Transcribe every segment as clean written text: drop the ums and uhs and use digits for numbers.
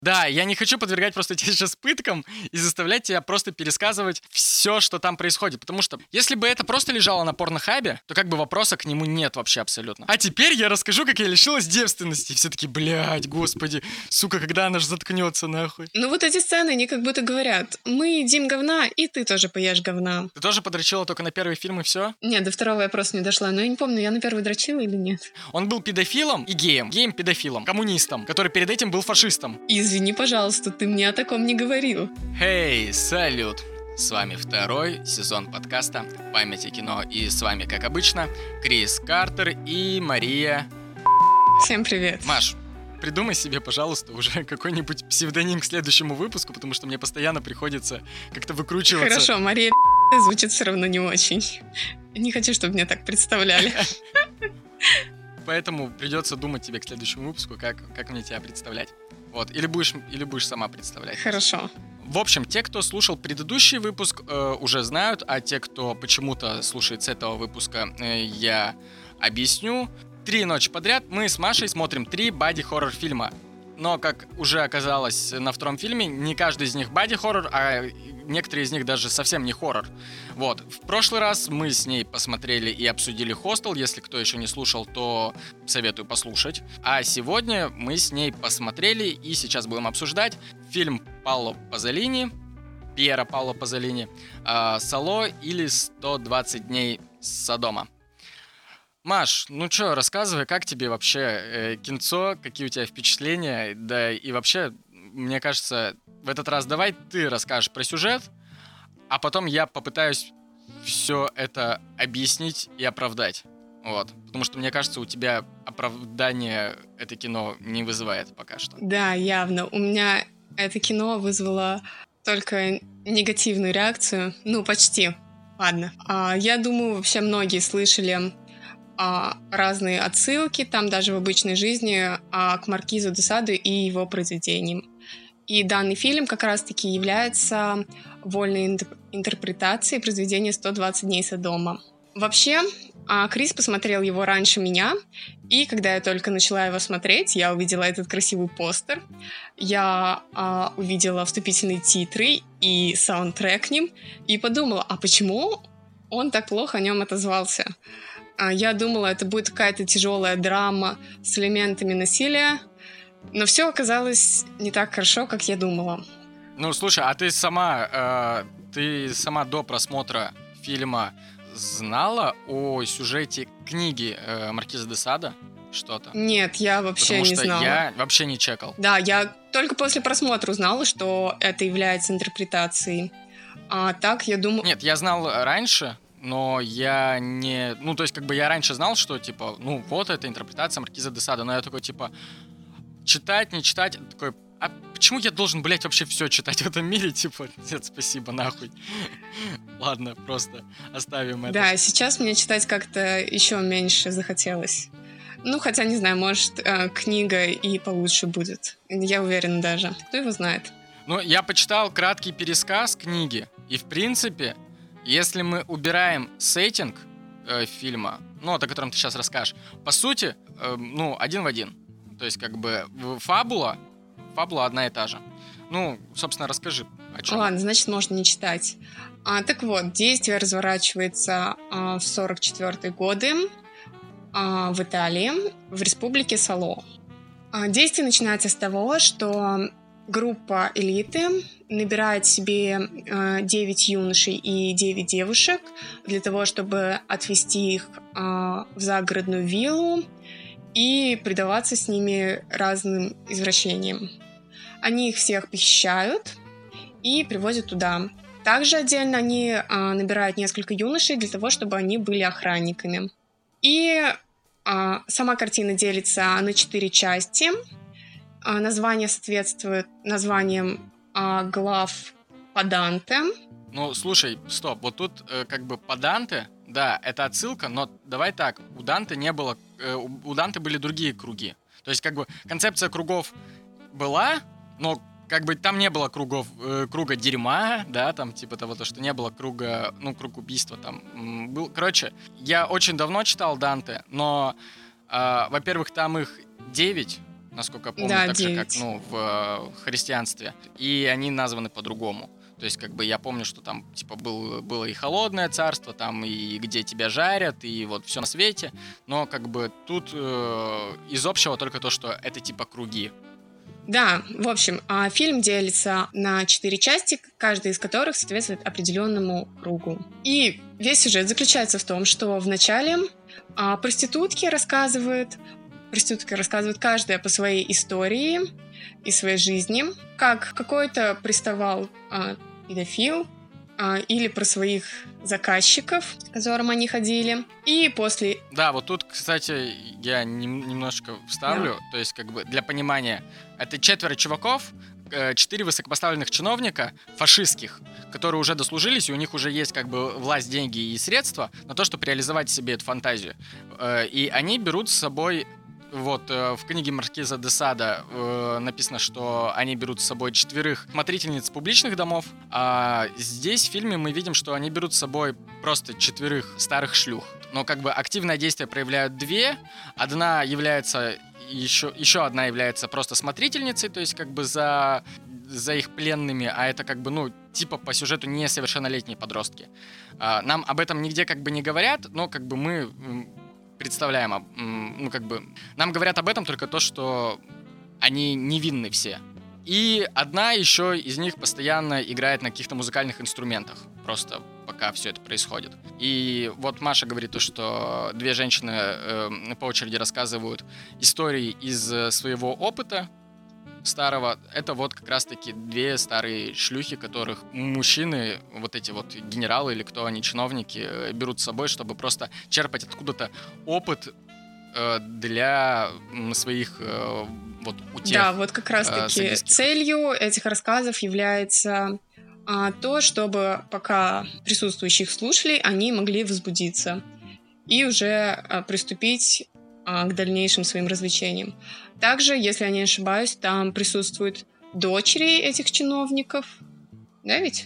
Да, я не хочу подвергать просто тебя сейчас пыткам и заставлять тебя просто пересказывать все, что там происходит. Потому что если бы это просто лежало на порнохабе, то как бы вопроса к нему нет вообще абсолютно. А теперь я расскажу, как я лишилась девственности. Все таки, блядь, господи, сука, когда она же заткнется нахуй. Ну вот эти сцены, они как будто говорят: мы едим говна, и ты тоже поешь говна. Ты тоже подрочила только на первый фильм и все? Нет, до второго я просто не дошла. Но я не помню, я на первый дрочила или нет. Он был педофилом и геем. Геем-педофилом. Коммунистом, который перед этим был фашистом. Извини, пожалуйста, ты мне о таком не говорил. Хей, салют! С вами второй сезон подкаста «Память о кино». И с вами, как обычно, Крис Картер и Мария... Всем привет. Маш, придумай себе, пожалуйста, уже какой-нибудь псевдоним к следующему выпуску, потому что мне постоянно приходится как-то выкручиваться. Хорошо, Мария звучит все равно не очень. Не хочу, чтобы меня так представляли. Поэтому придется думать тебе к следующему выпуску, как мне тебя представлять. Вот, или будешь сама представлять. Хорошо. В общем, те, кто слушал предыдущий выпуск, уже знают, а те, кто почему-то слушает с этого выпуска, я объясню. 3 ночи подряд мы с Машей смотрим 3 бади-хоррор фильма. Но, как уже оказалось на втором фильме, не каждый из них бади-хоррор, а некоторые из них даже совсем не хоррор. Вот. В прошлый раз мы с ней посмотрели и обсудили «Хостел». Если кто еще не слушал, то советую послушать. А сегодня мы с ней посмотрели и сейчас будем обсуждать фильм Паоло Пьера Паоло Пазолини «Сало» или «120 дней Содома». Маш, ну чё, рассказывай, как тебе вообще кинцо, какие у тебя впечатления, да и вообще, мне кажется, в этот раз давай ты расскажешь про сюжет, а потом я попытаюсь все это объяснить и оправдать, вот, потому что, мне кажется, у тебя оправдание это кино не вызывает пока что. Да, явно. У меня это кино вызвало только негативную реакцию, ну, почти, ладно. Я думаю, вообще многие слышали разные отсылки, там даже в обычной жизни, к Маркизу де Саду и его произведениям. И данный фильм как раз-таки является вольной интерпретацией произведения «120 дней Содома». Вообще, Крис посмотрел его раньше меня, и когда я только начала его смотреть, я увидела этот красивый постер, я увидела вступительные титры и саундтрек к ним, и подумала, а почему он так плохо о нем отозвался? Я думала, это будет какая-то тяжелая драма с элементами насилия, но все оказалось не так хорошо, как я думала. Ну, слушай, а ты сама до просмотра фильма знала о сюжете книги Маркиза де Сада что-то? Нет, я вообще не знала. Потому что я вообще не чекал. Да, я только после просмотра узнала, что это является интерпретацией. А так я думала... Нет, я знал раньше, но я не... Ну, то есть, как бы я раньше знал, что, типа, ну, вот это интерпретация Маркиза де Сада, но я такой, типа, читать, не читать, такой, а почему я должен, блядь, вообще все читать в этом мире? Типа, нет, спасибо, нахуй. Ладно, просто оставим это. Да, сейчас мне читать как-то еще меньше захотелось. Ну, хотя, не знаю, может, книга и получше будет. Я уверена даже. Кто его знает? Ну, я почитал краткий пересказ книги, и, в принципе, если мы убираем сеттинг фильма, ну, о котором ты сейчас расскажешь, по сути, ну, один в один. То есть, как бы, фабула одна и та же. Ну, собственно, расскажи, о чем. Ладно, значит, можно не читать. Так вот, действие разворачивается в 1944 годы в Италии, в республике Сало. Действие начинается с того, что группа элиты набирает себе 9 юношей и 9 девушек для того, чтобы отвезти их в загородную виллу и предаваться с ними разным извращениям. Они их всех похищают и привозят туда. Также отдельно они набирают несколько юношей для того, чтобы они были охранниками. И сама картина делится на 4 части. Название соответствует названиям глав по Данте. Ну, слушай, стоп, вот тут как бы по Данте, да, это отсылка, но давай так, у Данте не было, у Данте были другие круги. То есть как бы концепция кругов была, но как бы там не было круга дерьма, да, там типа того, то, что не было круга, ну, круг убийства там был. Короче, я очень давно читал Данте, но, во-первых, там их 9, насколько я помню, Да, так же, как 9. в христианстве. И они названы по-другому. То есть, как бы, я помню, что там, типа, было и холодное царство, там, и где тебя жарят, и вот все на свете. Но, как бы, тут из общего только то, что это, типа, круги. Да, в общем, фильм делится на 4 части, каждая из которых соответствует определенному кругу. И весь сюжет заключается в том, что вначале проститутки рассказывают каждая по своей истории и своей жизни, как какой-то приставал педофил или про своих заказчиков, к которым они ходили. И после... Да, вот тут, кстати, я немножко вставлю. Да. То есть, как бы, для понимания, это 4 чуваков, 4 высокопоставленных чиновника, фашистских, которые уже дослужились, и у них уже есть, как бы, власть, деньги и средства на то, чтобы реализовать себе эту фантазию. И они берут с собой... Вот, в книге Маркиза де Сада написано, что они берут с собой 4 смотрительниц публичных домов, а здесь в фильме мы видим, что они берут с собой просто 4 старых шлюх. Но как бы активное действие проявляют 2, одна является, еще одна является просто смотрительницей, то есть как бы за их пленными, а это как бы, ну, типа по сюжету несовершеннолетние подростки. Нам об этом нигде как бы не говорят, но как бы мы... представляем, ну, как бы, нам говорят об этом только то, что они невинны все. И одна еще из них постоянно играет на каких-то музыкальных инструментах, просто пока все это происходит. И вот Маша говорит то, что 2 женщины по очереди рассказывают истории из своего опыта старого. Это вот как раз-таки 2 старые шлюхи, которых мужчины, вот эти вот генералы или кто они, чиновники, берут с собой, чтобы просто черпать откуда-то опыт для своих вот утех. Да, вот как раз-таки целью этих рассказов является то, чтобы пока присутствующих слушателей они могли возбудиться и уже приступить к дальнейшим своим развлечениям. Также, если я не ошибаюсь, там присутствуют дочери этих чиновников. Да ведь?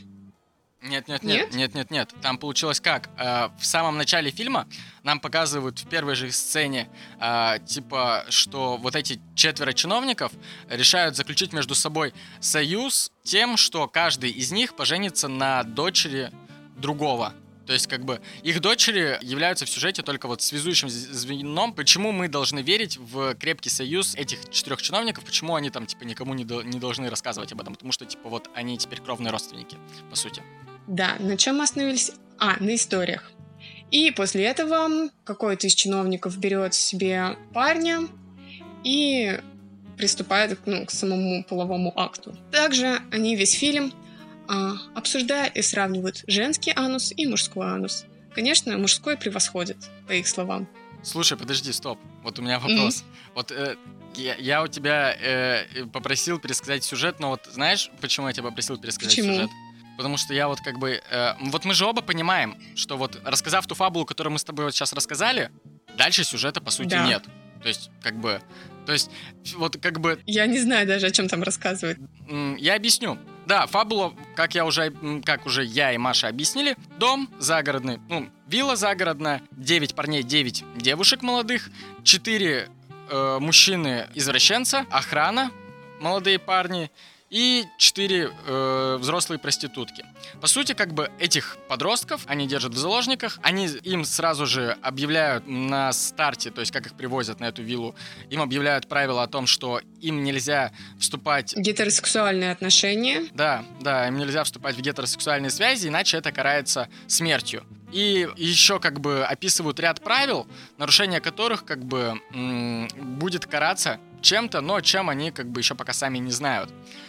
Нет. Там получилось как? В самом начале фильма нам показывают в первой же сцене, типа, что вот эти 4 чиновников решают заключить между собой союз тем, что каждый из них поженится на дочери другого. То есть, как бы, их дочери являются в сюжете только вот связующим звеном. Почему мы должны верить в крепкий союз этих 4 чиновников? Почему они там, типа, никому не должны рассказывать об этом? Потому что, типа, вот они теперь кровные родственники, по сути. Да, на чем мы остановились? На историях. И после этого какой-то из чиновников берет себе парня и приступает к самому половому акту. Также они весь фильм обсуждают и сравнивают женский анус и мужской анус. Конечно, мужской превосходит, по их словам. Слушай, подожди, стоп. Вот у меня вопрос. Вот я у тебя попросил пересказать сюжет, но вот знаешь, почему я тебя попросил пересказать сюжет? Потому что я вот как бы... вот мы же оба понимаем, что вот рассказав ту фабулу, которую мы с тобой вот сейчас рассказали, дальше сюжета по сути нет. То есть как бы... То есть вот как бы... Я не знаю даже, о чем там рассказывают. Я объясню. Да, фабула, как уже я и Маша объяснили, дом загородный, вилла загородная, 9 парней, 9 девушек молодых, 4 мужчины-извращенца, охрана, молодые парни и 4 взрослые проститутки. По сути, как бы этих подростков они держат в заложниках, им сразу же объявляют на старте, то есть как их привозят на эту виллу, им объявляют правила о том, что им нельзя вступать... в гетеросексуальные отношения. Да, им нельзя вступать в гетеросексуальные связи, иначе это карается смертью. И еще как бы описывают ряд правил, нарушение которых как бы будет караться чем-то, но чем они как бы еще пока сами не знают.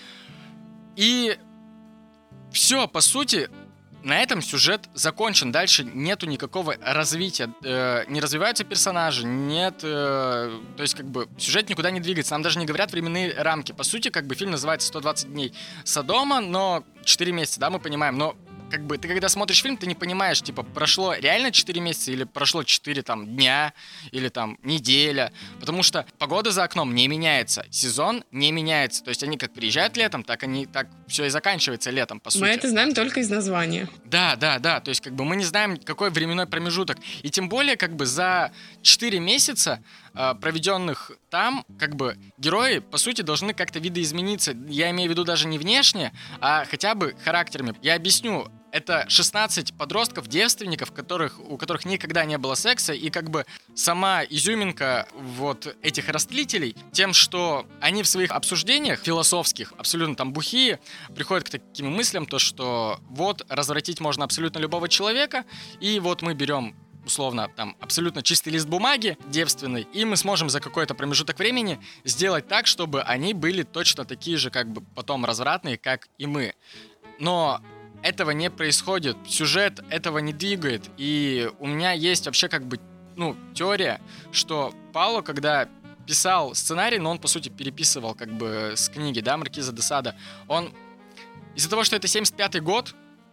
И все, по сути, на этом сюжет закончен. Дальше нету никакого развития. Не развиваются персонажи, нет... то есть, как бы, сюжет никуда не двигается. Нам даже не говорят временные рамки. По сути, как бы, фильм называется «120 дней Содома», но 4 месяца, да, мы понимаем. Но, как бы, ты когда смотришь фильм, ты не понимаешь, типа, прошло реально 4 месяца или прошло 4, там, дня или, там, неделя. Потому что погода за окном не меняется, сезон не меняется. То есть, они как приезжают летом, так все и заканчивается летом, по сути. Мы это знаем только из названия. Да. То есть, как бы, мы не знаем, какой временной промежуток. И тем более, как бы, за 4 месяца проведенных там, как бы герои, по сути, должны как-то видоизмениться. Я имею в виду даже не внешне, а хотя бы характерами. Я объясню. Это 16 подростков-девственников, у которых никогда не было секса, и как бы сама изюминка вот этих растлителей тем, что они в своих обсуждениях философских, абсолютно там бухие, приходят к таким мыслям, то что вот развратить можно абсолютно любого человека, и вот мы берем условно, там, абсолютно чистый лист бумаги, девственный, и мы сможем за какой-то промежуток времени сделать так, чтобы они были точно такие же, как бы, потом развратные, как и мы. Но этого не происходит, сюжет этого не двигает, и у меня есть вообще, как бы, теория, что Пауло, когда писал сценарий, но он, по сути, переписывал, как бы, с книги, да, Маркиза де Сада, он, из-за того, что это 75-й год,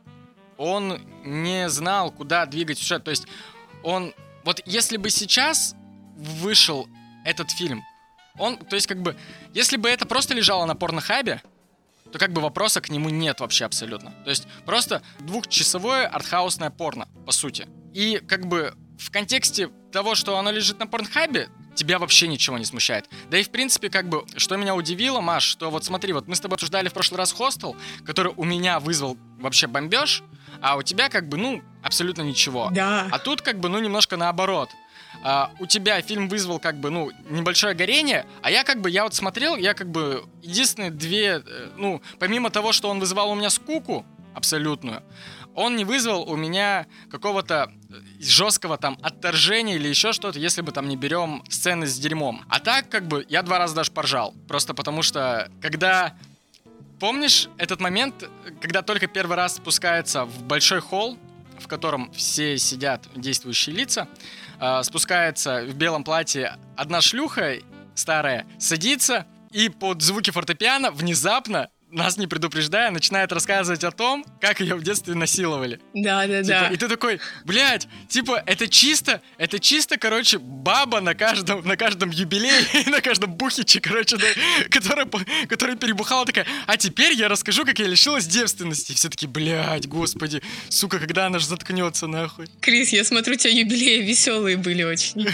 он не знал, куда двигать сюжет, то есть он... Вот если бы сейчас вышел этот фильм, то есть, как бы, если бы это просто лежало на порнохабе, то как бы вопроса к нему нет вообще абсолютно. То есть просто 2-часовое артхаусное порно, по сути. И как бы в контексте того, что оно лежит на порнхабе, тебя вообще ничего не смущает. Да и в принципе, как бы, что меня удивило, Маш, что вот смотри, вот мы с тобой обсуждали в прошлый раз «Хостел», который у меня вызвал вообще бомбеж, а у тебя как бы, абсолютно ничего. Да. А тут как бы, немножко наоборот. У тебя фильм вызвал как бы, небольшое горение, а я вот смотрел, я как бы единственные две, помимо того, что он вызывал у меня скуку абсолютную, он не вызвал у меня какого-то жесткого там отторжения или еще что-то, если бы там не берем сцены с дерьмом. А так как бы я 2 раза даже поржал, просто потому что когда... Помнишь этот момент, когда только первый раз спускается в большой холл, в котором все сидят действующие лица, спускается в белом платье одна шлюха старая, садится и под звуки фортепиано внезапно, нас не предупреждая, начинает рассказывать о том, как ее в детстве насиловали. Да. И ты такой, блядь, это чисто, короче, баба на каждом юбилее, на каждом бухиче, короче, да, которая перебухала, такая, а теперь я расскажу, как я лишилась девственности. И все таки, блядь, господи, сука, когда она же заткнется, нахуй. Крис, я смотрю, у тебя юбилеи веселые были очень.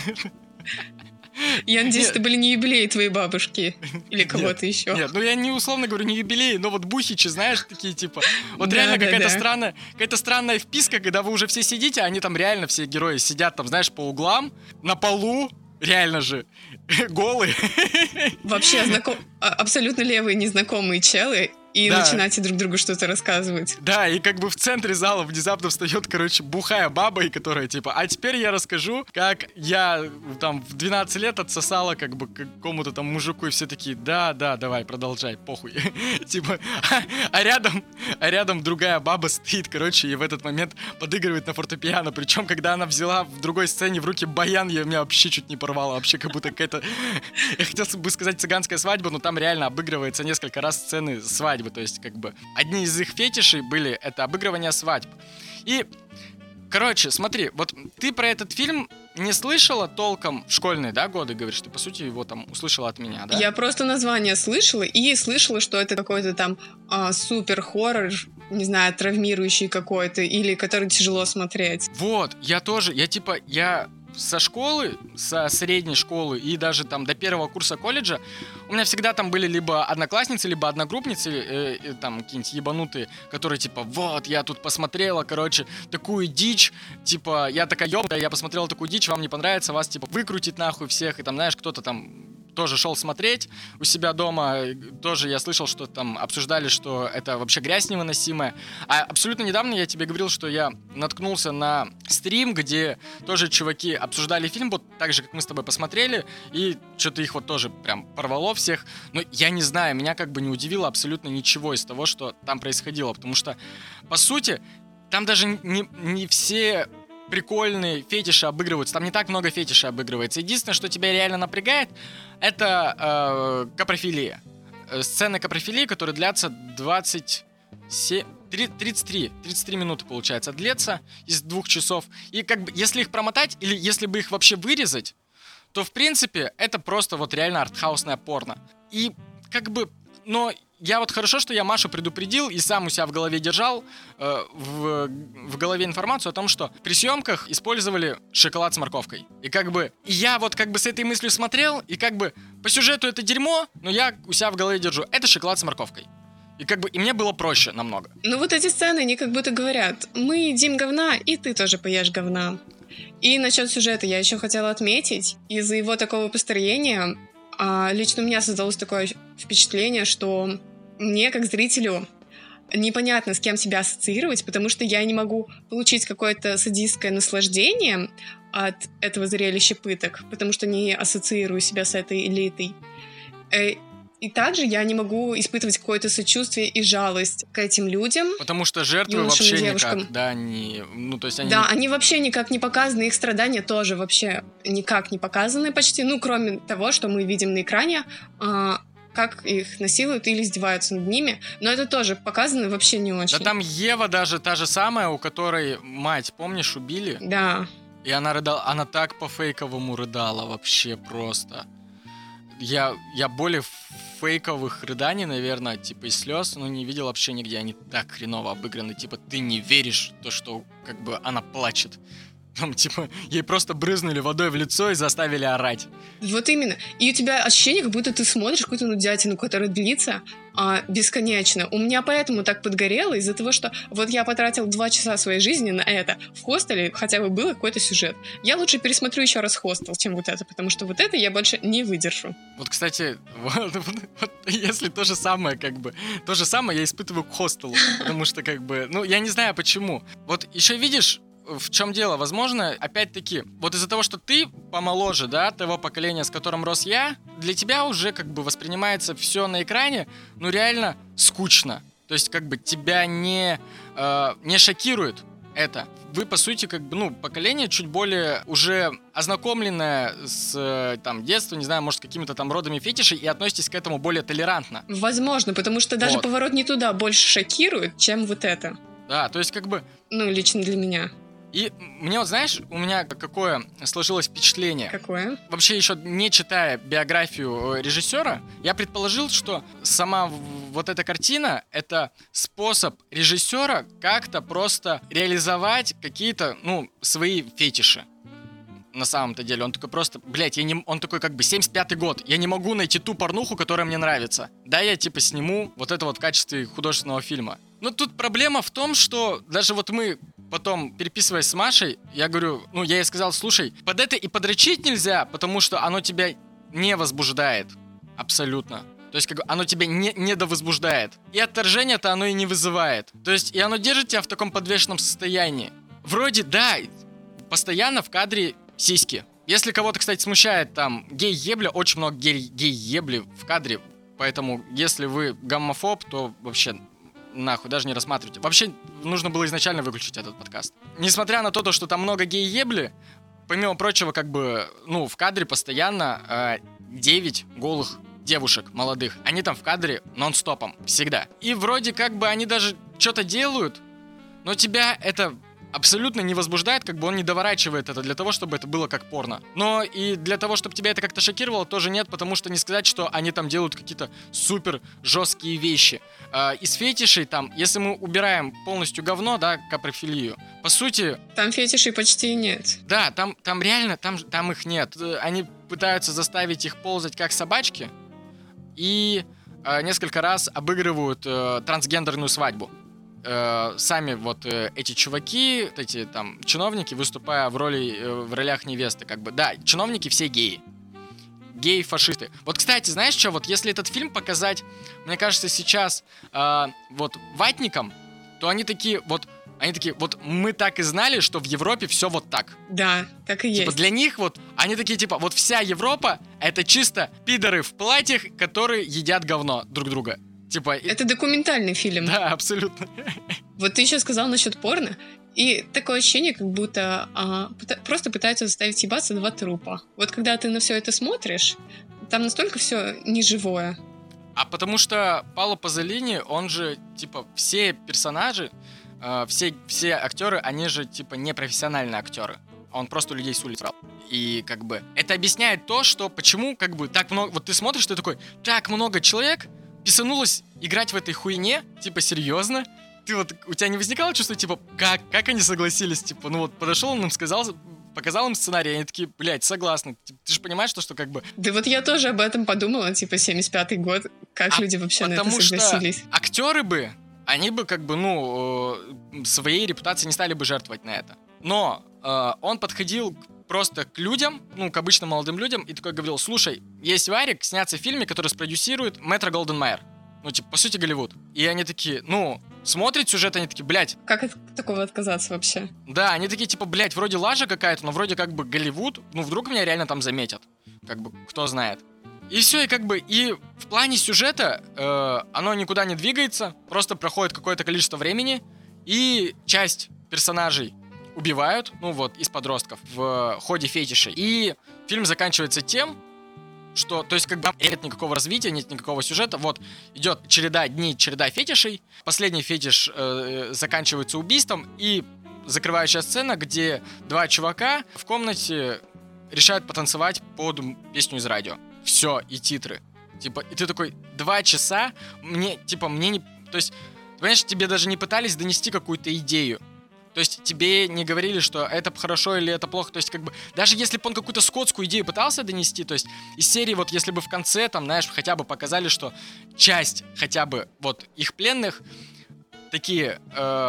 Я надеюсь, это были не юбилеи твоей бабушки или кого-то еще. Нет, я не условно говорю не юбилеи, но вот бухичи, знаешь, такие типа... Вот реально какая-то странная вписка, когда вы уже все сидите, они там реально все герои сидят там, знаешь, по углам, на полу, реально же, голые. Вообще абсолютно левые незнакомые челы. И начинаете друг другу что-то рассказывать. Да, и как бы в центре зала внезапно встает, короче, бухая баба, и которая типа, а теперь я расскажу, как я там в 12 лет отсосала как бы какому-то там мужику, и все такие, да, давай, продолжай, похуй. Типа, а рядом другая баба стоит, короче, и в этот момент подыгрывает на фортепиано, причем, когда она взяла в другой сцене в руки баян, меня вообще чуть не порвало, вообще как будто какая-то, я хотел бы сказать цыганская свадьба, но там реально обыгрывается несколько раз сцены свадьбы. То есть, как бы, одни из их фетишей были это обыгрывание свадьб. И, короче, смотри, вот ты про этот фильм не слышала толком в школьные, да, годы, говоришь? Ты, по сути, его там услышала от меня, да? Я просто название слышала, и слышала, что это какой-то там супер-хоррор, не знаю, травмирующий какой-то, или который тяжело смотреть. Вот, я тоже, я со школы, со средней школы и даже там до 1 курса колледжа у меня всегда там были либо одноклассницы, либо одногруппницы, там какие-нибудь ебанутые, которые типа, вот, я тут посмотрела, короче, такую дичь, типа, я такая ёбаная, я посмотрела такую дичь, вам не понравится, вас типа выкрутить нахуй всех, и там, знаешь, кто-то там тоже шел смотреть у себя дома, тоже я слышал, что там обсуждали, что это вообще грязь невыносимая. А абсолютно недавно я тебе говорил, что я наткнулся на стрим, где тоже чуваки обсуждали фильм, вот так же, как мы с тобой посмотрели, и что-то их вот тоже прям порвало всех. Но я не знаю, меня как бы не удивило абсолютно ничего из того, что там происходило, потому что, по сути, там даже не все прикольные фетиши обыгрываются. Там не так много фетишей обыгрывается. Единственное, что тебя реально напрягает, это капрофилия. Сцены капрофилии, которые длятся 33 минуты, получается, длятся из 2 часов. И как бы, если их промотать, или если бы их вообще вырезать, то, в принципе, это просто вот реально артхаусное порно. И как бы Но я вот хорошо, что я Машу предупредил и сам у себя в голове держал в голове информацию о том, что при съемках использовали шоколад с морковкой. И как бы и я вот как бы с этой мыслью смотрел, и как бы по сюжету это дерьмо, но я у себя в голове держу, это шоколад с морковкой. И как бы и мне было проще намного. Ну вот эти сцены, они как будто говорят, мы едим говна, и ты тоже поешь говна. И насчет сюжета я еще хотела отметить, из-за его такого построения лично у меня создалось такое впечатление, что мне, как зрителю, непонятно, с кем себя ассоциировать, потому что я не могу получить какое-то садистское наслаждение от этого зрелища пыток, потому что не ассоциирую себя с этой элитой. И также я не могу испытывать какое-то сочувствие и жалость к этим людям. Потому что жертвы вообще никак, да, не... Ну, то есть они... Да, они вообще никак не показаны, их страдания тоже вообще никак не показаны почти, ну, кроме того, что мы видим на экране, как их насилуют или издеваются над ними, но это тоже показано вообще не очень. Да там Ева даже та же самая, у которой мать, помнишь, убили? Да. И она рыдала, она так по-фейковому рыдала вообще просто. Я более фейковых рыданий, наверное, типа и слез, но не видел вообще нигде. Они так хреново обыграны, типа ты не веришь в то, что как бы она плачет. Там, типа, ей просто брызнули водой в лицо и заставили орать. Вот именно. И у тебя ощущение, как будто ты смотришь какую-то нудятину, которая длится бесконечно. У меня поэтому так подгорело, из-за того, что вот я потратил 2 часа своей жизни на это. В «Хостеле» хотя бы был какой-то сюжет. Я лучше пересмотрю еще раз «Хостел», чем вот это, потому что вот это я больше не выдержу. Вот, кстати, вот, если то же самое, как бы, то же самое я испытываю к «Хостелу», потому что, как бы, ну, я не знаю почему. Вот еще видишь, в чем дело? Возможно, опять-таки, вот из-за того, что ты помоложе, да, того поколения, с которым рос я, для тебя уже как бы воспринимается все на экране, ну реально скучно. То есть как бы тебя не шокирует это. Вы, по сути, как бы, ну, поколение чуть более уже ознакомленное с там детства, не знаю, может, какими-то там родами фетишей, и относитесь к этому более толерантно. Возможно, потому что даже поворот не туда больше шокирует, чем вот это. Да, то есть как бы... Ну, лично для меня. И мне вот, знаешь, у меня какое сложилось впечатление. Какое? Вообще, еще не читая биографию режиссера, я предположил, что сама вот эта картина — это способ режиссера как-то просто реализовать какие-то, ну, свои фетиши. На самом-то деле. Он такой просто, блядь, он такой как бы 75-й год. Я не могу найти ту порнуху, которая мне нравится. Да, я типа сниму вот это вот в качестве художественного фильма. Но тут проблема в том, что даже вот мы потом, переписываясь с Машей, я говорю, ну, я ей сказал, слушай, под это и подрочить нельзя, потому что оно тебя не возбуждает. Абсолютно. То есть, как оно тебя не довозбуждает. И отторжение-то оно и не вызывает. То есть, и оно держит тебя в таком подвешенном состоянии. Вроде, да, постоянно в кадре сиськи. Если кого-то, кстати, смущает там гей-ебля, очень много гей-ебли в кадре. Поэтому, если вы гомофоб, то вообще... нахуй, даже не рассматривайте. Вообще, нужно было изначально выключить этот подкаст. Несмотря на то, что там много гей-ебли, помимо прочего, как бы, ну, в кадре постоянно 9 голых девушек молодых. Они там в кадре нон-стопом, всегда. И вроде как бы они даже что-то делают, но тебя это абсолютно не возбуждает, как бы он не доворачивает это для того, чтобы это было как порно. Но и для того, чтобы тебя это как-то шокировало, тоже нет, потому что не сказать, что они там делают какие-то супер жесткие вещи. Из фетишей там, если мы убираем полностью говно, да, капрофилию, по сути... Там фетишей почти нет. Да, там реально, там их нет. Они пытаются заставить их ползать как собачки и несколько раз обыгрывают трансгендерную свадьбу. Сами вот эти чуваки, вот эти там чиновники, выступая в ролях невесты, как бы, да, чиновники все геи. Геи-фашисты. Вот, кстати, знаешь что, вот если этот фильм показать, мне кажется, сейчас вот ватникам, то они такие, вот мы так и знали, что в Европе все вот так. Да, так и типа, есть. Для них вот, они такие, типа, вот вся Европа — это чисто пидоры в платьях, которые едят говно друг друга. Типа... Это документальный фильм. Да, абсолютно. Вот ты еще сказал насчет порно, и такое ощущение, как будто просто пытаются заставить ебаться 2 трупа. Вот когда ты на все это смотришь, там настолько все неживое. А потому что Паоло Пазолини, он же, типа, все персонажи, все актеры, они же, типа, не профессиональные актеры. Он просто людей с улиц брал. И, как бы, это объясняет то, что почему, как бы, так много... Вот ты смотришь, ты такой, так много человек... писанулось играть в этой хуйне, типа, серьезно? Ты вот, у тебя не возникало чувство, типа, как они согласились? Типа, ну вот, подошел он им, сказал, показал им сценарий, и они такие, блядь, согласны. Ты же понимаешь, что как бы... Да вот я тоже об этом подумала, типа, 75-й год, как люди вообще на это согласились. Потому что актеры бы, они бы, как бы, ну, своей репутацией не стали бы жертвовать на это. Но он подходил просто к людям, ну, к обычным молодым людям, и такой говорил, слушай, есть варик, сняться в фильме, который спродюсирует Метро Голден Майер. Ну, типа, по сути, Голливуд. И они такие, ну, смотрят сюжет, они такие, блядь. Как от такого отказаться вообще? Да, они такие, типа, блядь, вроде лажа какая-то, но вроде как бы Голливуд, ну, вдруг меня реально там заметят. Как бы, кто знает. И все, и как бы, и в плане сюжета оно никуда не двигается, просто проходит какое-то количество времени, и часть персонажей убивают, ну вот, из подростков в ходе фетишей. И фильм заканчивается тем, что, то есть, как бы нет никакого развития, нет никакого сюжета. Вот, идет череда дней, череда фетишей. Последний фетиш заканчивается убийством. И закрывающая сцена, где два чувака в комнате решают потанцевать под песню из радио. Все, и титры. Типа, и ты такой, 2 часа, мне не... То есть, понимаешь, тебе даже не пытались донести какую-то идею. То есть тебе не говорили, что это хорошо или это плохо. То есть как бы даже если бы он какую-то скотскую идею пытался донести, то есть из серии вот если бы в конце там, знаешь, хотя бы показали, что часть хотя бы вот их пленных такие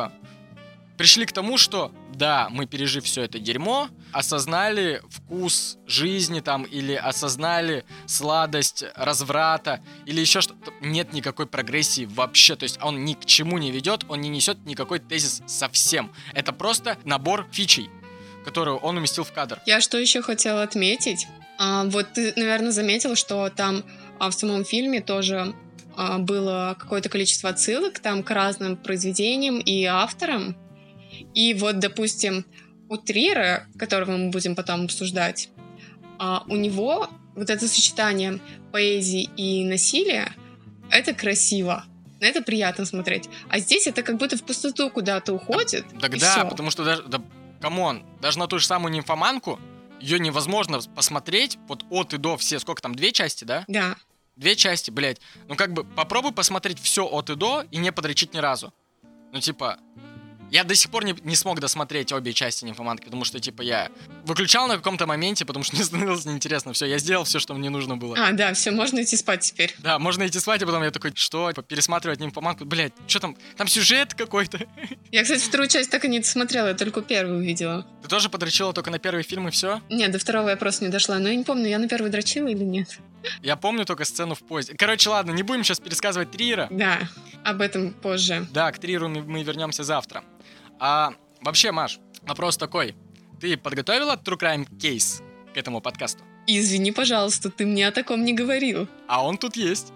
пришли к тому, что да, мы, пережив все это дерьмо, осознали вкус жизни там, или осознали сладость разврата, или еще что-то. Нет никакой прогрессии вообще, то есть он ни к чему не ведет, он не несет никакой тезис совсем. Это просто набор фичей, которую он уместил в кадр. Я что еще хотела отметить? Вот ты, наверное, заметил, что там в самом фильме тоже было какое-то количество отсылок там к разным произведениям и авторам. И вот, допустим, у Триера, которого мы будем потом обсуждать, у него вот это сочетание поэзии и насилия, это красиво. На это приятно смотреть. А здесь это как будто в пустоту куда-то уходит. Да, всё. потому что даже, камон, даже на ту же самую нимфоманку ее невозможно посмотреть вот от и до все, сколько там, 2 части, да? Да. 2 части, блядь. Ну как бы попробуй посмотреть все от и до и не подрочить ни разу. Ну типа... Я до сих пор не смог досмотреть обе части нимфоманки, потому что, типа, я выключал на каком-то моменте, потому что мне становилось неинтересно. Все, я сделал все, что мне нужно было. Да, все, можно идти спать теперь. Да, можно идти спать, а потом я такой, что? Пересматривать нимфоманку? Блядь, что там? Там сюжет какой-то. Я, кстати, вторую часть так и не досмотрела, я только первую увидела. Ты тоже подрочила только на первый фильм и все? Нет, до второго я просто не дошла, но я не помню, я на первый дрочила или нет. Я помню только сцену в поезде. Короче, ладно, не будем сейчас пересказывать Триера. Да, об этом позже. Да, к Триеру мы вернемся завтра. А вообще, Маш, вопрос такой. Ты подготовила True Crime кейс к этому подкасту? Извини, пожалуйста, ты мне о таком не говорил. А он тут есть.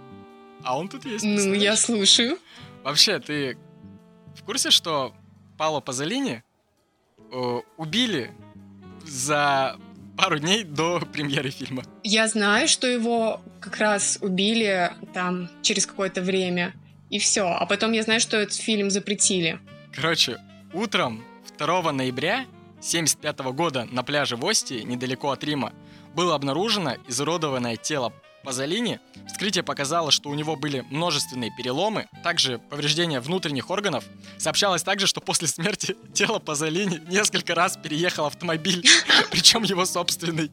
Ну, я слушаю. Вообще, ты в курсе, что Паоло Пазолини убили за пару дней до премьеры фильма? Я знаю, что его как раз убили там через какое-то время, и все. А потом я знаю, что этот фильм запретили. Короче, утром 2 ноября 1975 года на пляже в Остии, недалеко от Рима, было обнаружено изуродованное тело Пазолини. Вскрытие показало, что у него были множественные переломы, также повреждения внутренних органов. Сообщалось также, что после смерти тело Пазолини несколько раз переехал автомобиль, причем его собственный.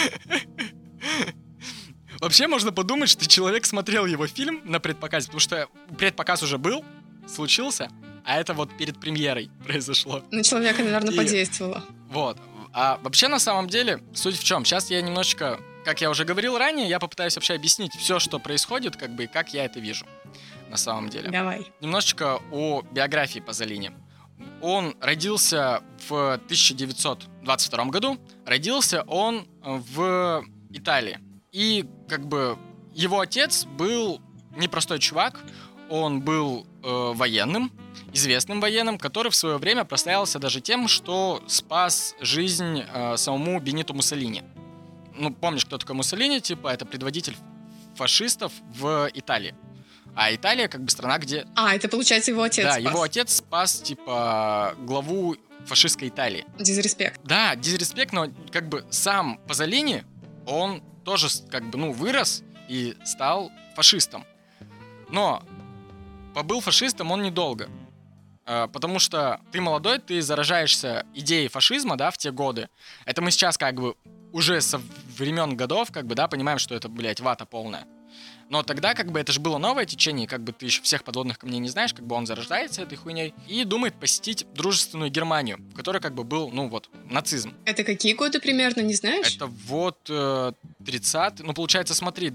Вообще можно подумать, что человек смотрел его фильм на предпоказе, потому что предпоказ уже был, случился, а это вот перед премьерой произошло. На человека, наверное, подействовало. Вот. А вообще, на самом деле, суть в чем? Сейчас я немножечко, как я уже говорил ранее, я попытаюсь вообще объяснить все, что происходит, как бы, и как я это вижу, на самом деле. Давай. Немножечко о биографии Пазолини. Он родился в 1922 году. Родился он в Италии. И, как бы, его отец был непростой чувак. Он был военным, известным военным, который в свое время прославился даже тем, что спас жизнь самому Бенито Муссолини. Ну, помнишь, кто такой Муссолини? Типа, это предводитель фашистов в Италии. А Италия, как бы, страна, где... это, получается, его отец спас. Да, его отец спас, типа, главу фашистской Италии. Дизреспект. Да, дизреспект, но, как бы, сам Пазолини, он тоже, как бы, ну, вырос и стал фашистом. Но побыл фашистом он недолго. Потому что ты молодой, ты заражаешься идеей фашизма, да, в те годы. Это мы сейчас как бы уже со времен годов, как бы, да, понимаем, что это, блядь, вата полная. Но тогда, как бы, это же было новое течение, как бы ты еще всех подводных камней не знаешь, как бы он зарождается этой хуйней и думает посетить дружественную Германию, в которой, как бы, был, ну, вот, нацизм. Это какие годы примерно, не знаешь? Это вот 30, ну, получается, смотри, в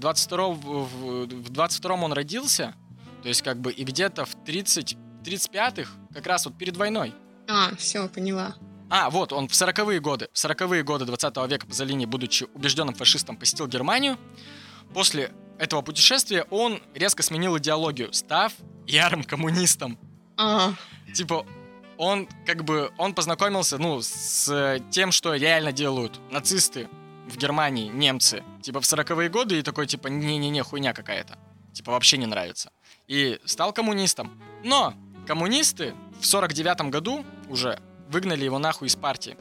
22-м он родился, то есть, как бы, и где-то в 35-х, как раз вот перед войной. Все, поняла. Вот, он в 40-е годы 20 века Пазолини, будучи убежденным фашистом, посетил Германию. После этого путешествия он резко сменил идеологию, став ярым коммунистом. Типа, он как бы, он познакомился, ну, с тем, что реально делают нацисты в Германии, немцы, типа, в 40-е годы, и такой, типа, не-не-не, хуйня какая-то. Типа, вообще не нравится. И стал коммунистом. Но коммунисты в 49-м году уже выгнали его нахуй из партии.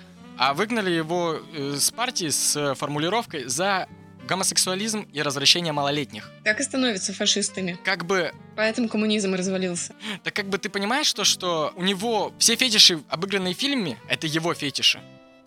А выгнали его из партии с формулировкой «за гомосексуализм и развращение малолетних». Так и становятся фашистами. Как бы... Поэтому коммунизм развалился. Так как бы ты понимаешь то, что у него все фетиши, обыгранные в фильме, это его фетиши.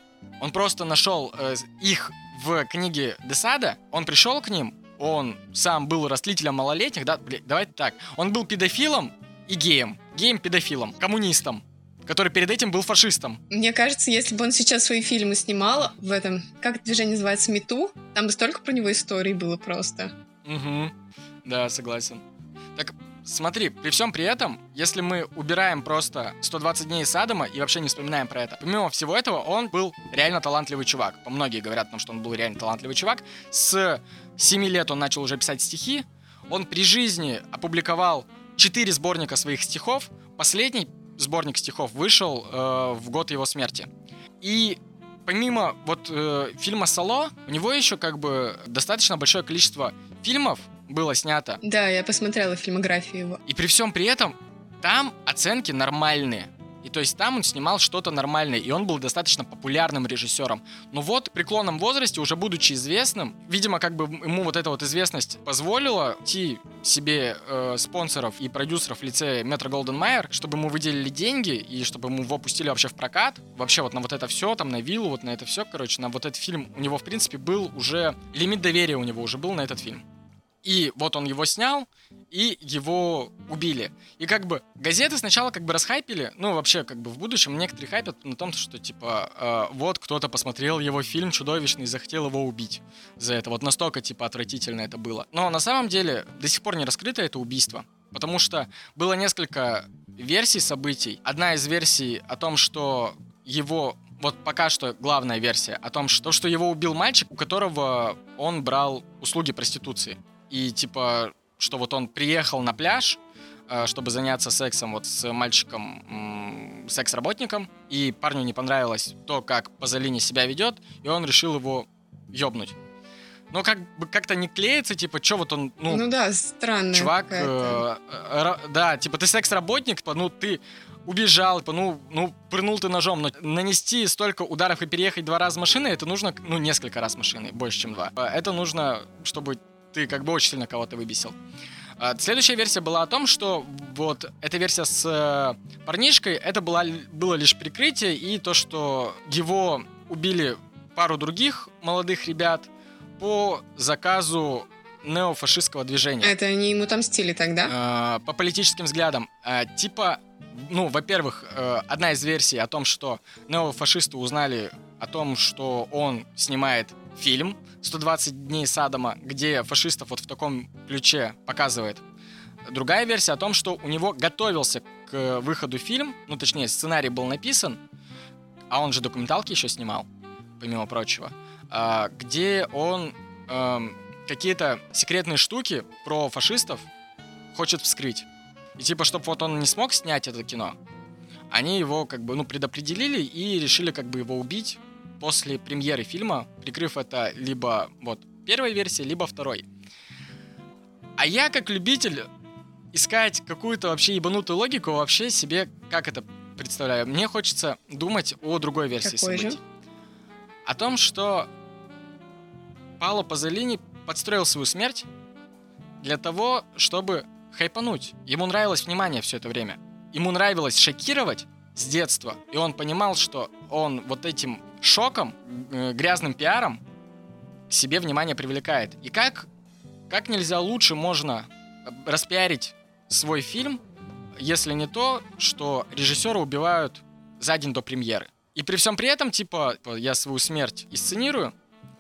Он просто нашел их в книге Десада, он пришел к ним, он сам был растлителем малолетних, да, давайте так, он был педофилом и геем, геем-педофилом, коммунистом, который перед этим был фашистом. Мне кажется, если бы он сейчас свои фильмы снимал в этом, как движение называется, МИТУ, там бы столько про него историй было просто. Угу, да, согласен. Так, смотри, при всем при этом, если мы убираем просто 120 дней Саддама и вообще не вспоминаем про это, помимо всего этого, он был реально талантливый чувак. Многие говорят о том, что он был реально талантливый чувак. С 7 лет он начал уже писать стихи. Он при жизни опубликовал 4 сборника своих стихов. Последний сборник стихов вышел в год его смерти. И помимо вот фильма «Сало», у него еще как бы достаточно большое количество фильмов было снято. Да, я посмотрела фильмографию его. И при всем при этом там оценки нормальные. И то есть там он снимал что-то нормальное, и он был достаточно популярным режиссером. Но вот в преклонном возрасте, уже будучи известным, видимо, как бы ему вот эта вот известность позволила идти себе спонсоров и продюсеров в лице Метро-Голдвин-Майер, чтобы ему выделили деньги и чтобы ему его пустили вообще в прокат. Вообще вот на вот это все, там на виллу, вот на это все, короче, на вот этот фильм у него, в принципе, был уже... Лимит доверия у него уже был на этот фильм. И вот он его снял, и его убили. И как бы газеты сначала как бы расхайпили, ну вообще как бы в будущем некоторые хайпят на том, что типа вот кто-то посмотрел его фильм чудовищный и захотел его убить за это. Вот настолько типа отвратительно это было. Но на самом деле до сих пор не раскрыто это убийство. Потому что было несколько версий событий. Одна из версий о том, что его... Вот пока что главная версия о том, что его убил мальчик, у которого он брал услуги проституции. И типа, что вот он приехал на пляж, чтобы заняться сексом вот с мальчиком, секс-работником, и парню не понравилось то, как Пазолини себя ведет, и он решил его ёбнуть. Но как бы как-то не клеится, типа, чё вот он, ну да, странно. Чувак, да, типа, ты секс-работник, ну ты убежал, ну, пырнул ты ножом, но нанести столько ударов и переехать 2 раза машиной, это нужно, ну, несколько раз машиной, больше, чем 2. Это нужно, чтобы ты как бы очень сильно кого-то выбесил. Следующая версия была о том, что вот эта версия с парнишкой, это было лишь прикрытие, и то, что его убили пару других молодых ребят по заказу неофашистского движения. Это они ему отомстили тогда? По политическим взглядам. Типа, ну, во-первых, одна из версий о том, что неофашисты узнали о том, что он снимает фильм «120 дней Саддама», где фашистов вот в таком ключе показывает. Другая версия о том, что у него готовился к выходу фильм, ну, точнее, сценарий был написан, а он же документалки еще снимал, помимо прочего, где он какие-то секретные штуки про фашистов хочет вскрыть. И типа, чтобы вот он не смог снять это кино, они его как бы, ну, предопределили и решили как бы его убить после премьеры фильма, прикрыв это либо вот первой версией, либо второй. А я, как любитель искать какую-то вообще ебанутую логику, вообще себе как это представляю. Мне хочется думать о другой версии Какой событий. же? О том, что Паоло Пазолини подстроил свою смерть для того, чтобы хайпануть. Ему нравилось внимание все это время. Ему нравилось шокировать с детства. И он понимал, что он вот этим шоком, грязным пиаром к себе внимание привлекает. И как нельзя лучше можно распиарить свой фильм, если не то, что режиссера убивают за день до премьеры. И при всем при этом, типа, я свою смерть инсценирую,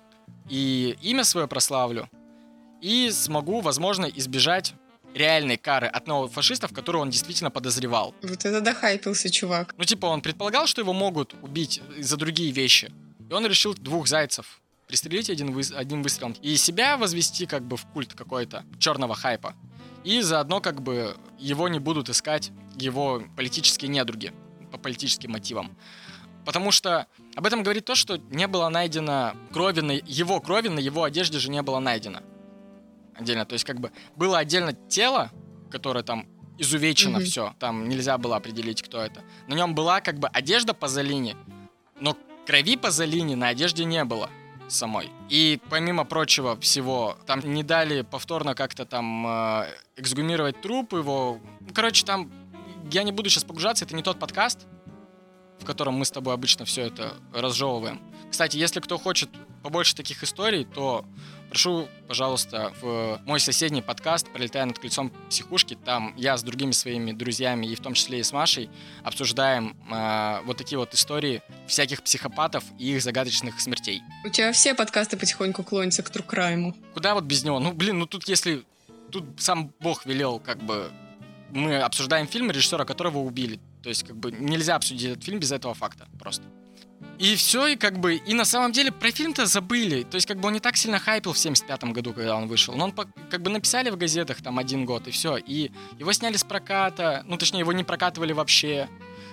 и имя свое прославлю, и смогу, возможно, избежать реальной кары от новых фашистов, которую он действительно подозревал. Вот это дохайпился, чувак. Ну, типа, он предполагал, что его могут убить за другие вещи. И он решил 2 зайцев пристрелить одним выстрелом. И себя возвести как бы в культ какой-то черного хайпа. И заодно как бы его не будут искать его политические недруги по политическим мотивам. Потому что об этом говорит то, что не было найдено крови на его одежде же не было найдено. Отдельно. То есть как бы было отдельно тело, которое там изувечено все. Там нельзя было определить, кто это. На нем была как бы одежда Пазолини, но крови Пазолини на одежде не было самой. И помимо прочего всего, там не дали повторно как-то там эксгумировать труп его. Короче, там я не буду сейчас погружаться, это не тот подкаст, в котором мы с тобой обычно все это разжевываем. Кстати, если кто хочет побольше таких историй, то прошу, пожалуйста, в мой соседний подкаст «Пролетая над кольцом психушки». Там я с другими своими друзьями, и в том числе и с Машей, обсуждаем вот такие вот истории всяких психопатов и их загадочных смертей. У тебя все подкасты потихоньку клонятся к True Crime. Куда вот без него? Тут если... Тут сам Бог велел, как бы... Мы обсуждаем фильм, режиссера которого убили. То есть, как бы, нельзя обсудить этот фильм без этого факта. Просто. И все, и как бы... И на самом деле про фильм-то забыли. То есть, как бы, он не так сильно хайпил в 75-м году, когда он вышел. Но он, как бы, написали в газетах там 1 год, и все. И его сняли с проката. Ну, точнее, его не прокатывали вообще.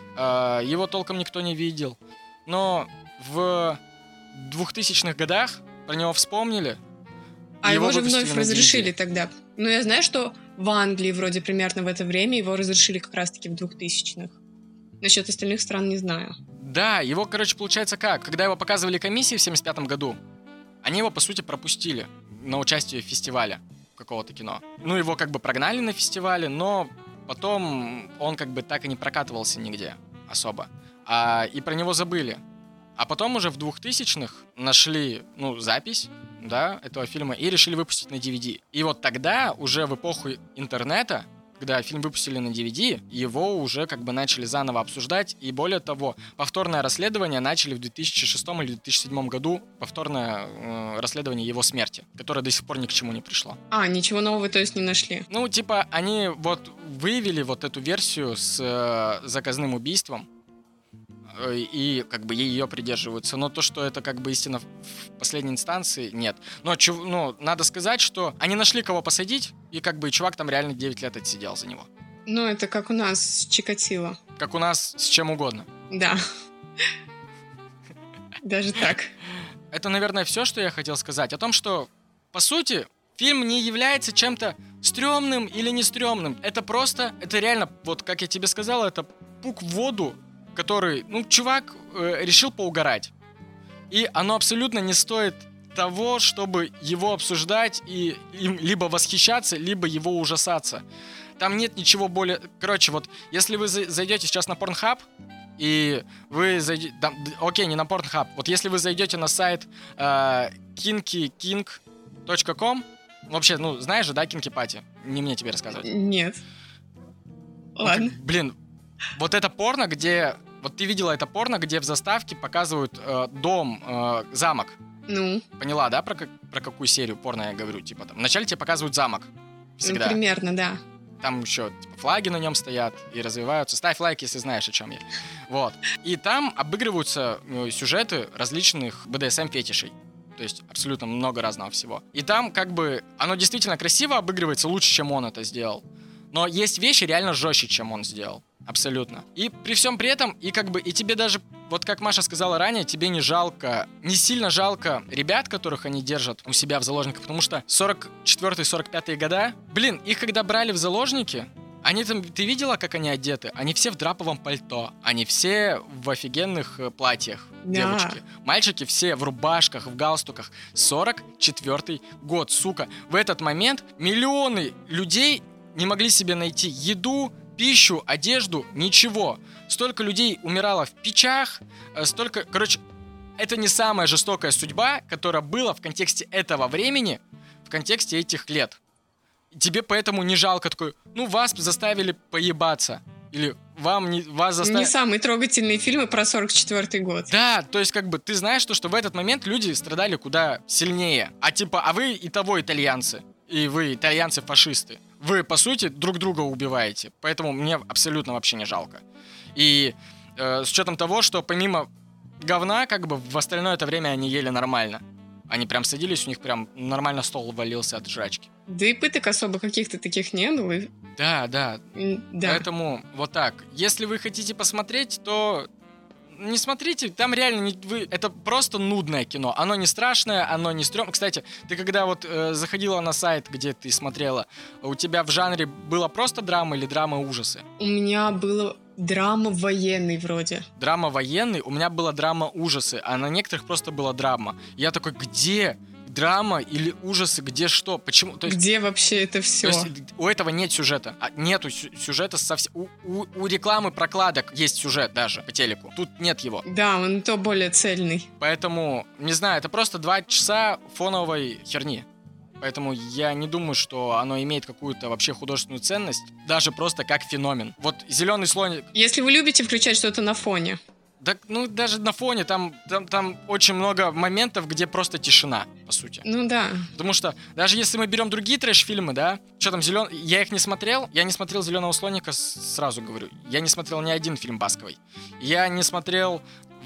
Его толком никто не видел. Но в 2000-х годах про него вспомнили. А его же вновь разрешили тогда. Ну, я знаю, что в Англии вроде примерно в это время его разрешили как раз-таки в 2000-х. Насчет остальных стран не знаю. Да, его, короче, получается как? Когда его показывали комиссии в 75-м году, они его, по сути, пропустили на участие в фестивале какого-то кино. Ну, его как бы прогнали на фестивале, но потом он как бы так и не прокатывался нигде особо. И про него забыли. А потом уже в 2000-х нашли, запись, да, этого фильма и решили выпустить на DVD. И вот тогда, уже в эпоху интернета, когда фильм выпустили на DVD, его уже как бы начали заново обсуждать. И более того, повторное расследование начали в 2006 или 2007 году. Повторное расследование его смерти, которое до сих пор ни к чему не пришло. Ничего нового, то есть, не нашли? Ну, типа, они вот выявили вот эту версию с заказным убийством. И как бы ее придерживаются. Но то, что это как бы истина в последней инстанции, нет. Но надо сказать, что они нашли кого посадить, и как бы чувак там реально 9 лет отсидел за него. Ну, это как у нас с Чикатило. Как у нас с чем угодно. Да. Даже так. Это, наверное, все, что я хотел сказать. О том, что, по сути, фильм не является чем-то стрёмным или не стрёмным. Это просто, это реально, вот как я тебе сказал, это пук в воду, который, чувак решил поугарать. И оно абсолютно не стоит того, чтобы его обсуждать и им либо восхищаться, либо его ужасаться. Там нет ничего более... Короче, вот, если вы зайдете сейчас на Pornhub, и вы зайдете... Окей, не на Pornhub. Вот если вы зайдете на сайт kinkyking.com, вообще, знаешь же, да, Kinky Party? Не мне тебе рассказывать. Нет. Ладно. Вот это порно, где... Вот ты видела это порно, где в заставке показывают дом, замок. Ну? Поняла, да, про какую серию порно я говорю? Типа там, вначале тебе показывают замок. Всегда. Примерно, да. Там еще флаги на нем стоят и развиваются. Ставь лайк, если знаешь, о чем я. Вот. И там обыгрываются сюжеты различных BDSM-фетишей. То есть абсолютно много разного всего. И там как бы оно действительно красиво обыгрывается, лучше, чем он это сделал. Но есть вещи реально жестче, чем он сделал. Абсолютно. И при всем при этом, и как бы, и тебе даже, вот как Маша сказала ранее, тебе не сильно жалко ребят, которых они держат у себя в заложниках, потому что 44-45 года, их когда брали в заложники, они там, ты видела, как они одеты? Они все в драповом пальто, они все в офигенных платьях, да. Девочки. Мальчики все в рубашках, в галстуках. 44-й год, сука. В этот момент миллионы людей не могли себе найти еду, пищу, одежду, ничего. Столько людей умирало в печах, столько... Короче, это не самая жестокая судьба, которая была в контексте этого времени, в контексте этих лет. Тебе поэтому не жалко такой, ну, вас заставили поебаться. Или вас заставили... Не самые трогательные фильмы про 44-й год. Да, то есть как бы ты знаешь, что в этот момент люди страдали куда сильнее. А вы и того итальянцы. И вы итальянцы-фашисты. Вы, по сути, друг друга убиваете. Поэтому мне абсолютно вообще не жалко. И с учетом того, что помимо говна, как бы в остальное это время они ели нормально. Они прям садились, у них прям нормально стол валился от жрачки. Да и пыток особо каких-то таких не было. Да. Да. Поэтому вот так. Если вы хотите посмотреть, то не смотрите, там реально это просто нудное кино. Оно не страшное, оно не стрёмное. Кстати, ты когда вот заходила на сайт, где ты смотрела, у тебя в жанре была просто драма или драма ужасы? У меня было драма военный вроде. Драма военный, у меня была драма ужасы, а на некоторых просто была драма. Я такой, где драма или ужасы, где что? Почему? То есть, где вообще это все? То есть, у этого нет сюжета. Нету сюжета совсем. У рекламы прокладок есть сюжет даже по телеку. Тут нет его. Да, он то более цельный. Поэтому, не знаю, это просто 2 часа фоновой херни. Поэтому я не думаю, что оно имеет какую-то вообще художественную ценность, даже просто как феномен. Вот «Зеленый слоник». Если вы любите включать что-то на фоне. Да, ну, даже на фоне там очень много моментов, где просто тишина, по сути. Ну да. Потому что даже если мы берем другие трэш-фильмы, да, что там, я их не смотрел, я не смотрел «Зеленого слоника», сразу говорю. Я не смотрел ни один фильм Басковой. Я не смотрел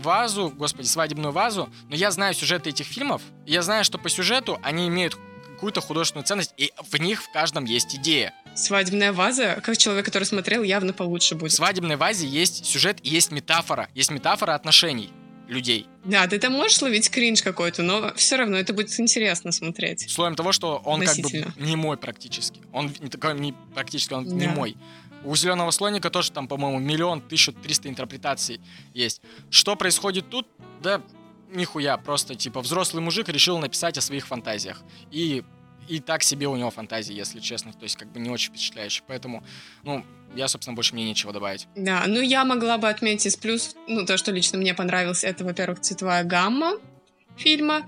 «Свадебную вазу», но я знаю сюжеты этих фильмов, и я знаю, что по сюжету они имеют какую-то художественную ценность, и в них в каждом есть идея. «Свадебная ваза», как человек, который смотрел, явно получше будет. В «Свадебной вазе» есть сюжет и есть метафора. Есть метафора отношений людей. Да, ты там можешь ловить кринж какой-то, но все равно это будет интересно смотреть. Условием того, что он как бы немой практически. Он не такой, он немой. У «Зеленого слоника» тоже там, по-моему, 1 1300 интерпретаций есть. Что происходит тут? Да нихуя, просто типа взрослый мужик решил написать о своих фантазиях. И так себе у него фантазии, если честно. То есть как бы не очень впечатляющий. Поэтому, я, собственно, больше мне нечего добавить. Да, я могла бы отметить из плюс, то, что лично мне понравилось, это, во-первых, цветовая гамма фильма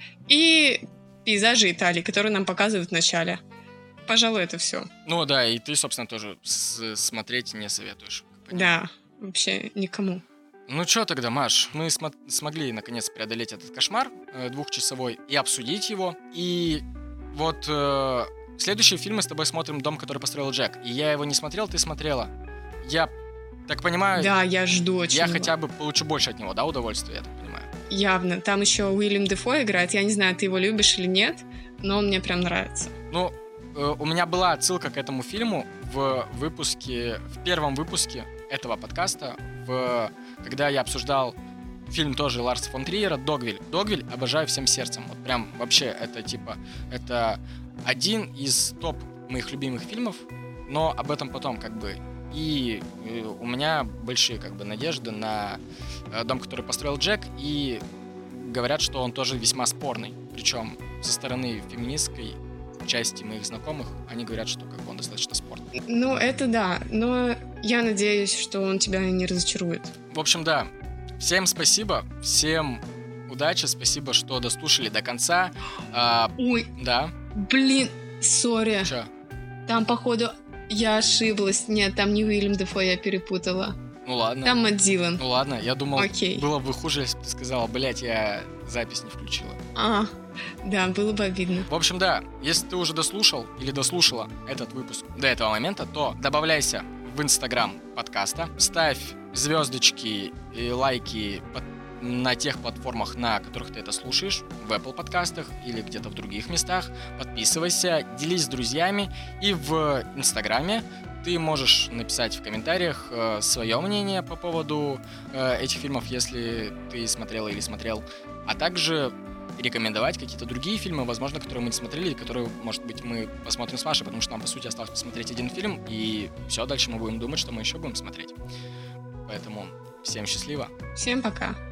и пейзажи Италии, которые нам показывают в начале. Пожалуй, это все. Ну да, и ты, собственно, тоже смотреть не советуешь. Да, вообще никому. Ну что тогда, Маш, мы смогли наконец преодолеть этот кошмар 2-часовой и обсудить его. И вот следующий фильм мы с тобой смотрим «Дом, который построил Джек». И я его не смотрел, ты смотрела. Я так понимаю... Да, я жду очень. Я хотя бы получу больше от него, да, удовольствия, я так понимаю. Явно. Там еще Уильям Дефо играет. Я не знаю, ты его любишь или нет, но он мне прям нравится. Ну, у меня была отсылка к этому фильму в первом выпуске этого подкаста, когда я обсуждал фильм тоже Ларса фон Триера «Догвиль». «Догвиль» обожаю всем сердцем. Вот прям вообще это один из топ моих любимых фильмов, но об этом потом как бы. И у меня большие как бы надежды на «Дом, который построил Джек», и говорят, что он тоже весьма спорный. Причем со стороны феминистской части моих знакомых, они говорят, что как бы он достаточно спорный. Ну, это да, но я надеюсь, что он тебя не разочарует. В общем, да. Всем спасибо, всем удачи, спасибо, что дослушали до конца. Ой, да. Блин, сори. Чё? Там, походу, я ошиблась. Нет, там не Уильям Дефо, я перепутала. Ну ладно. Там Мэтт Дилан. Ну ладно, я думал, Окей. Было бы хуже, если бы ты сказала, блять, я запись не включила. Да, было бы обидно. В общем, да, если ты уже дослушал или дослушала этот выпуск до этого момента, то добавляйся в Инстаграм подкаста, ставь звездочки и лайки на тех платформах, на которых ты это слушаешь, в Apple подкастах или где-то в других местах. Подписывайся, делись с друзьями, и в Инстаграме ты можешь написать в комментариях свое мнение по поводу этих фильмов, если ты смотрела или смотрел, а также рекомендовать какие-то другие фильмы, возможно, которые мы не смотрели, которые, может быть, мы посмотрим с Машей, потому что нам, по сути, осталось посмотреть один фильм, и все, дальше мы будем думать, что мы еще будем смотреть. Поэтому всем счастливо. Всем пока.